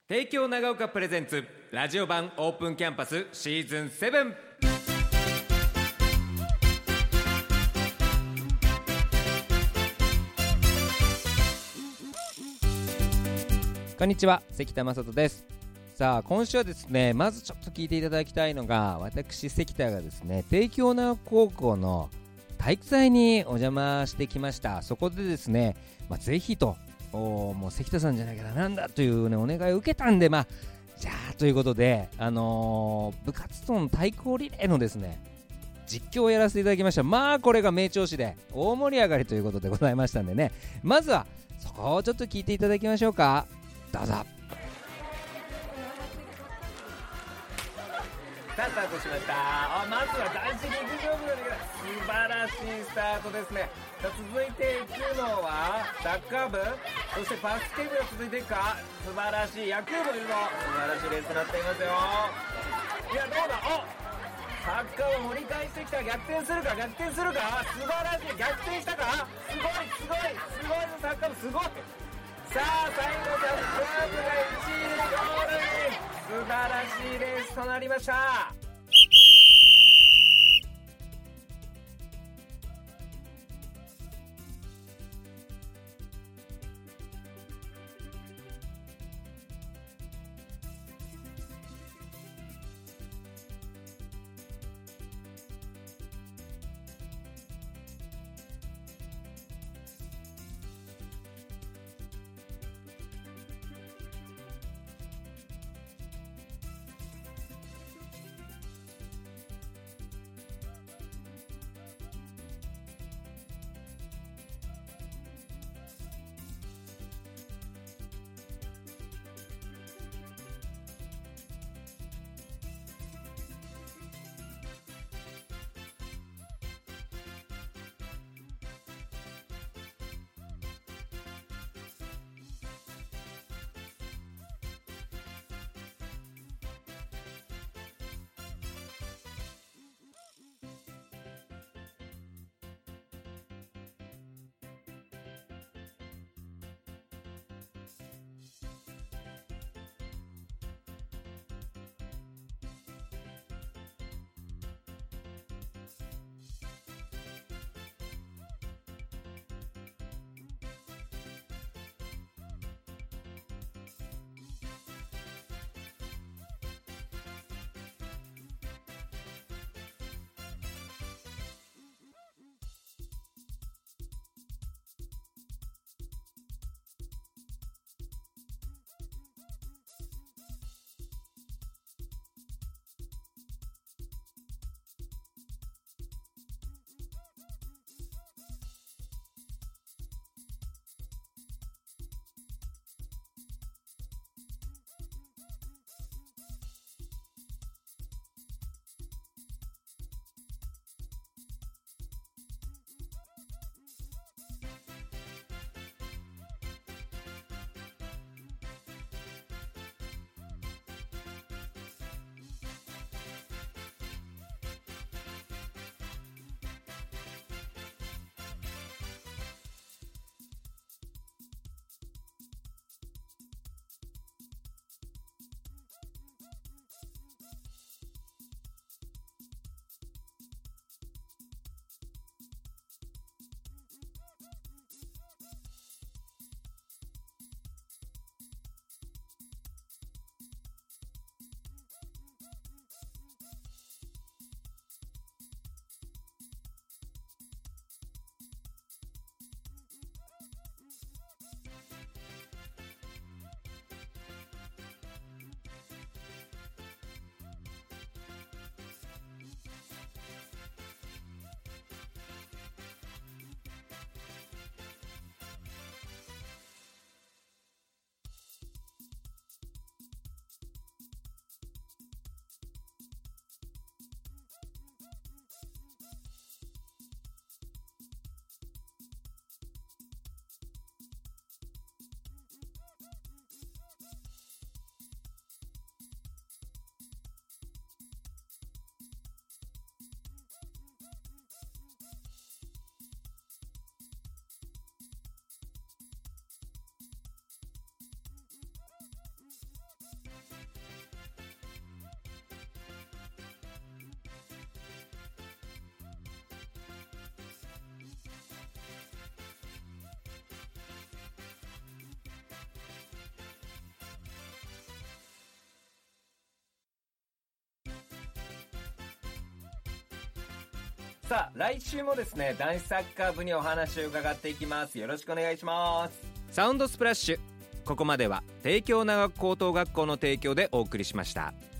帝京長岡プレゼンツラジオ版オープンキャンパスシーズン7。こんにちは、関田正人です。さあ今週はですね、まずちょっと聞いていただきたいのが、私関田がですね、帝京長岡高校の体育祭にお邪魔してきました。そこでですね、ぜひともう関田さんじゃなきゃなんだという、お願いを受けたんで、じゃあということで、部活動の対抗リレーのですね実況をやらせていただきました。これが名調子で大盛り上がりということでございましたんでね、まずはそこをちょっと聞いていただきましょうか。どうぞ。さあスタートしました。まずは男子陸上部の素晴らしいスタートですね。さあ続いていくのはサッカー部、そしてバスケ部が続いていくか。素晴らしい野球部いるの。素晴らしいレースになっていますよ。いやどうだ、サッカーを盛り返してきた。逆転するか、逆転するか。素晴らしい、逆転したか。すごいすごいすごいのサッカー部、すごい。さあ最後サッカー部が1位でゴールイン。素晴らしいレースとなりました。 さあ来週もですね男子サッカー部にお話を伺っていきます。よろしくお願いします。サウンドスプラッシュ、ここまでは帝京長高等学校の提供でお送りしました。